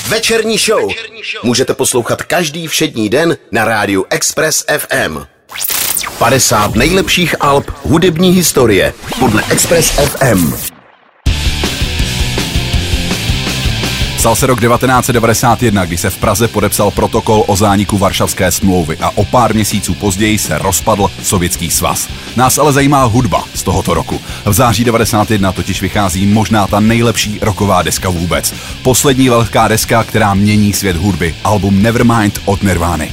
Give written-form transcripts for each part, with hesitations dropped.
Večerní show můžete poslouchat každý všední den na rádiu Express FM. 50 nejlepších alb hudební historie podle Express FM. Stal se rok 1991, kdy se v Praze podepsal protokol o zániku Varšavské smlouvy a o pár měsíců později se rozpadl Sovětský svaz. Nás ale zajímá hudba z tohoto roku. V září 91 totiž vychází možná ta nejlepší rocková deska vůbec. Poslední velká deska, která mění svět hudby. Album Nevermind od Nirvány.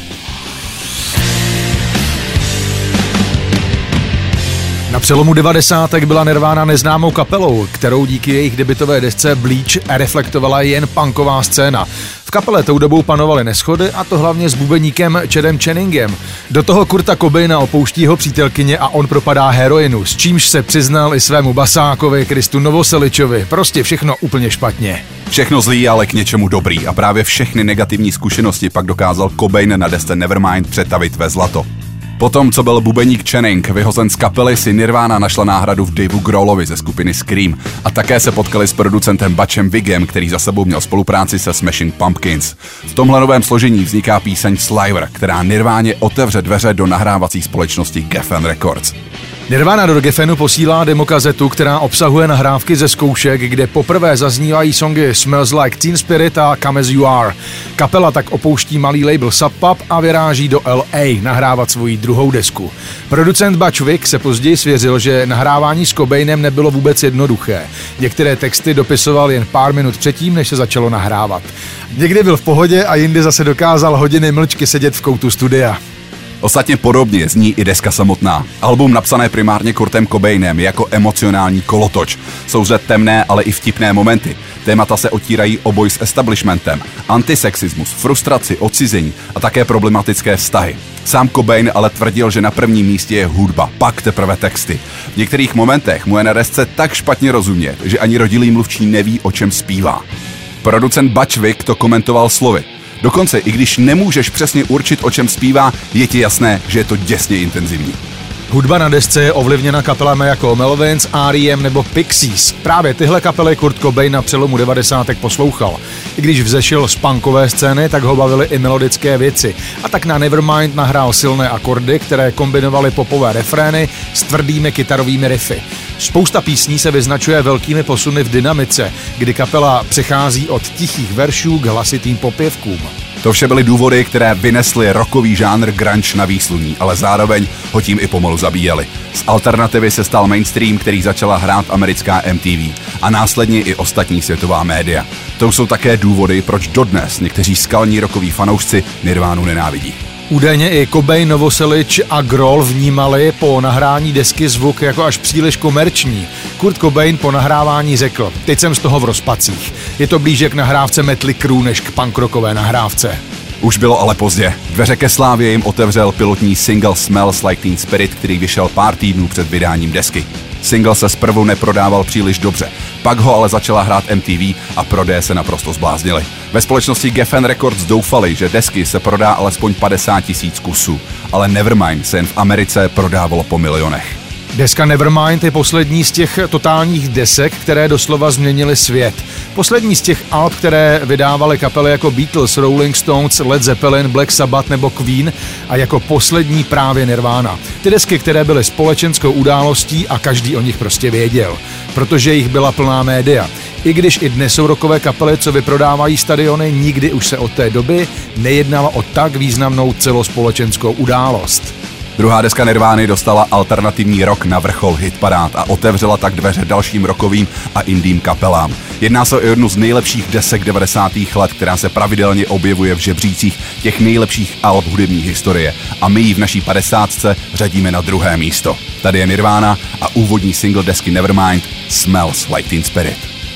Na přelomu 90. byla Nirvana neznámou kapelou, kterou díky jejich debutové desce Bleach reflektovala jen punková scéna. V kapele tou dobou panovaly neshody, a to hlavně s bubeníkem Chadem Channingem. Do toho Kurta Cobaina opouští jeho přítelkyně a on propadá heroinu, s čímž se přiznal i svému basákovi Christu Novoseličovi. Prostě všechno úplně špatně. Všechno zlý, ale k něčemu dobrý, a právě všechny negativní zkušenosti pak dokázal Cobain na desce Nevermind přetavit ve zlato. Potom, co byl bubeník Channing vyhozen z kapely, si Nirvana našla náhradu v Daveu Grohlovi ze skupiny Scream a také se potkali s producentem Butchem Vigem, který za sebou měl spolupráci se Smashing Pumpkins. V tomhle novém složení vzniká píseň Sliver, která Nirváně otevře dveře do nahrávací společnosti Geffen Records. Nirvana do Geffenu posílá demokazetu, která obsahuje nahrávky ze zkoušek, kde poprvé zaznívají songy Smells Like Teen Spirit a Come As You Are. Kapela tak opouští malý label Sub Pop a vyráží do LA nahrávat svoji druhou desku. Producent Butch Vig se později svěřil, že nahrávání s Cobainem nebylo vůbec jednoduché. Některé texty dopisoval jen pár minut předtím, než se začalo nahrávat. Někdy byl v pohodě a jindy zase dokázal hodiny mlčky sedět v koutu studia. Ostatně podobně zní i deska samotná. Album napsané primárně Kurtem Cobainem je jako emocionální kolotoč. Jsou zde temné, ale i vtipné momenty. Témata se otírají o boj s establishmentem, antisexismus, frustraci, odcizení a také problematické vztahy. Sám Cobain ale tvrdil, že na prvním místě je hudba, pak teprve texty. V některých momentech mu je na desce tak špatně rozumět, že ani rodilý mluvčí neví, o čem zpívá. Producent Butch Vig to komentoval slovy: dokonce i když nemůžeš přesně určit, o čem zpívá, je ti jasné, že je to děsně intenzivní. Hudba na desce je ovlivněna kapelami jako Melvins, R.E.M. nebo Pixies. Právě tyhle kapely Kurt Cobain na přelomu 90. poslouchal. I když vzešel z punkové scény, tak ho bavily i melodické věci. A tak na Nevermind nahrál silné akordy, které kombinovaly popové refrény s tvrdými kytarovými riffy. Spousta písní se vyznačuje velkými posuny v dynamice, kdy kapela přechází od tichých veršů k hlasitým popěvkům. To vše byly důvody, které vynesly rockový žánr grunge na výsluní, ale zároveň ho tím i pomalu zabíjeli. Z alternativy se stal mainstream, který začala hrát americká MTV a následně i ostatní světová média. To jsou také důvody, proč dodnes někteří skalní rockoví fanoušci Nirvánu nenávidí. Údajně i Cobain, Novoselic a Grohl vnímali po nahrání desky zvuk jako až příliš komerční. Kurt Cobain po nahrávání řekl: teď jsem z toho v rozpacích. Je to blíže k nahrávce Mötley Crüe než k punkrockové nahrávce. Už bylo ale pozdě. Dveře ke slávě jim otevřel pilotní single Smells Like Teen Spirit, který vyšel pár týdnů před vydáním desky. Single se zprvu neprodával příliš dobře, pak ho ale začala hrát MTV a prodeje se naprosto zbláznily. Ve společnosti Geffen Records doufali, že desky se prodá alespoň 50 000 kusů, ale Nevermind se jen v Americe prodávalo po milionech. Deska Nevermind je poslední z těch totálních desek, které doslova změnily svět. Poslední z těch alb, které vydávaly kapely jako Beatles, Rolling Stones, Led Zeppelin, Black Sabbath nebo Queen, a jako poslední právě Nirvana. Ty desky, které byly společenskou událostí a každý o nich prostě věděl, protože jich byla plná média. I když i dnes jsou rockové kapely, co vyprodávají stadiony, nikdy už se od té doby nejednalo o tak významnou celospolečenskou událost. Druhá deska Nirvány dostala alternativní rock na vrchol hitparád a otevřela tak dveře dalším rockovým a indím kapelám. Jedná se o jednu z nejlepších desek 90. let, která se pravidelně objevuje v žebřících těch nejlepších alb hudební historie a my ji v naší 50. řadíme na druhé místo. Tady je Nirvana a úvodní single desky Nevermind Smells Like Teen Spirit.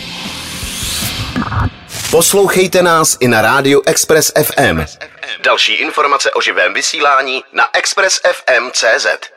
Poslouchejte nás i na rádiu Express FM. Další informace o živém vysílání na expressfm.cz.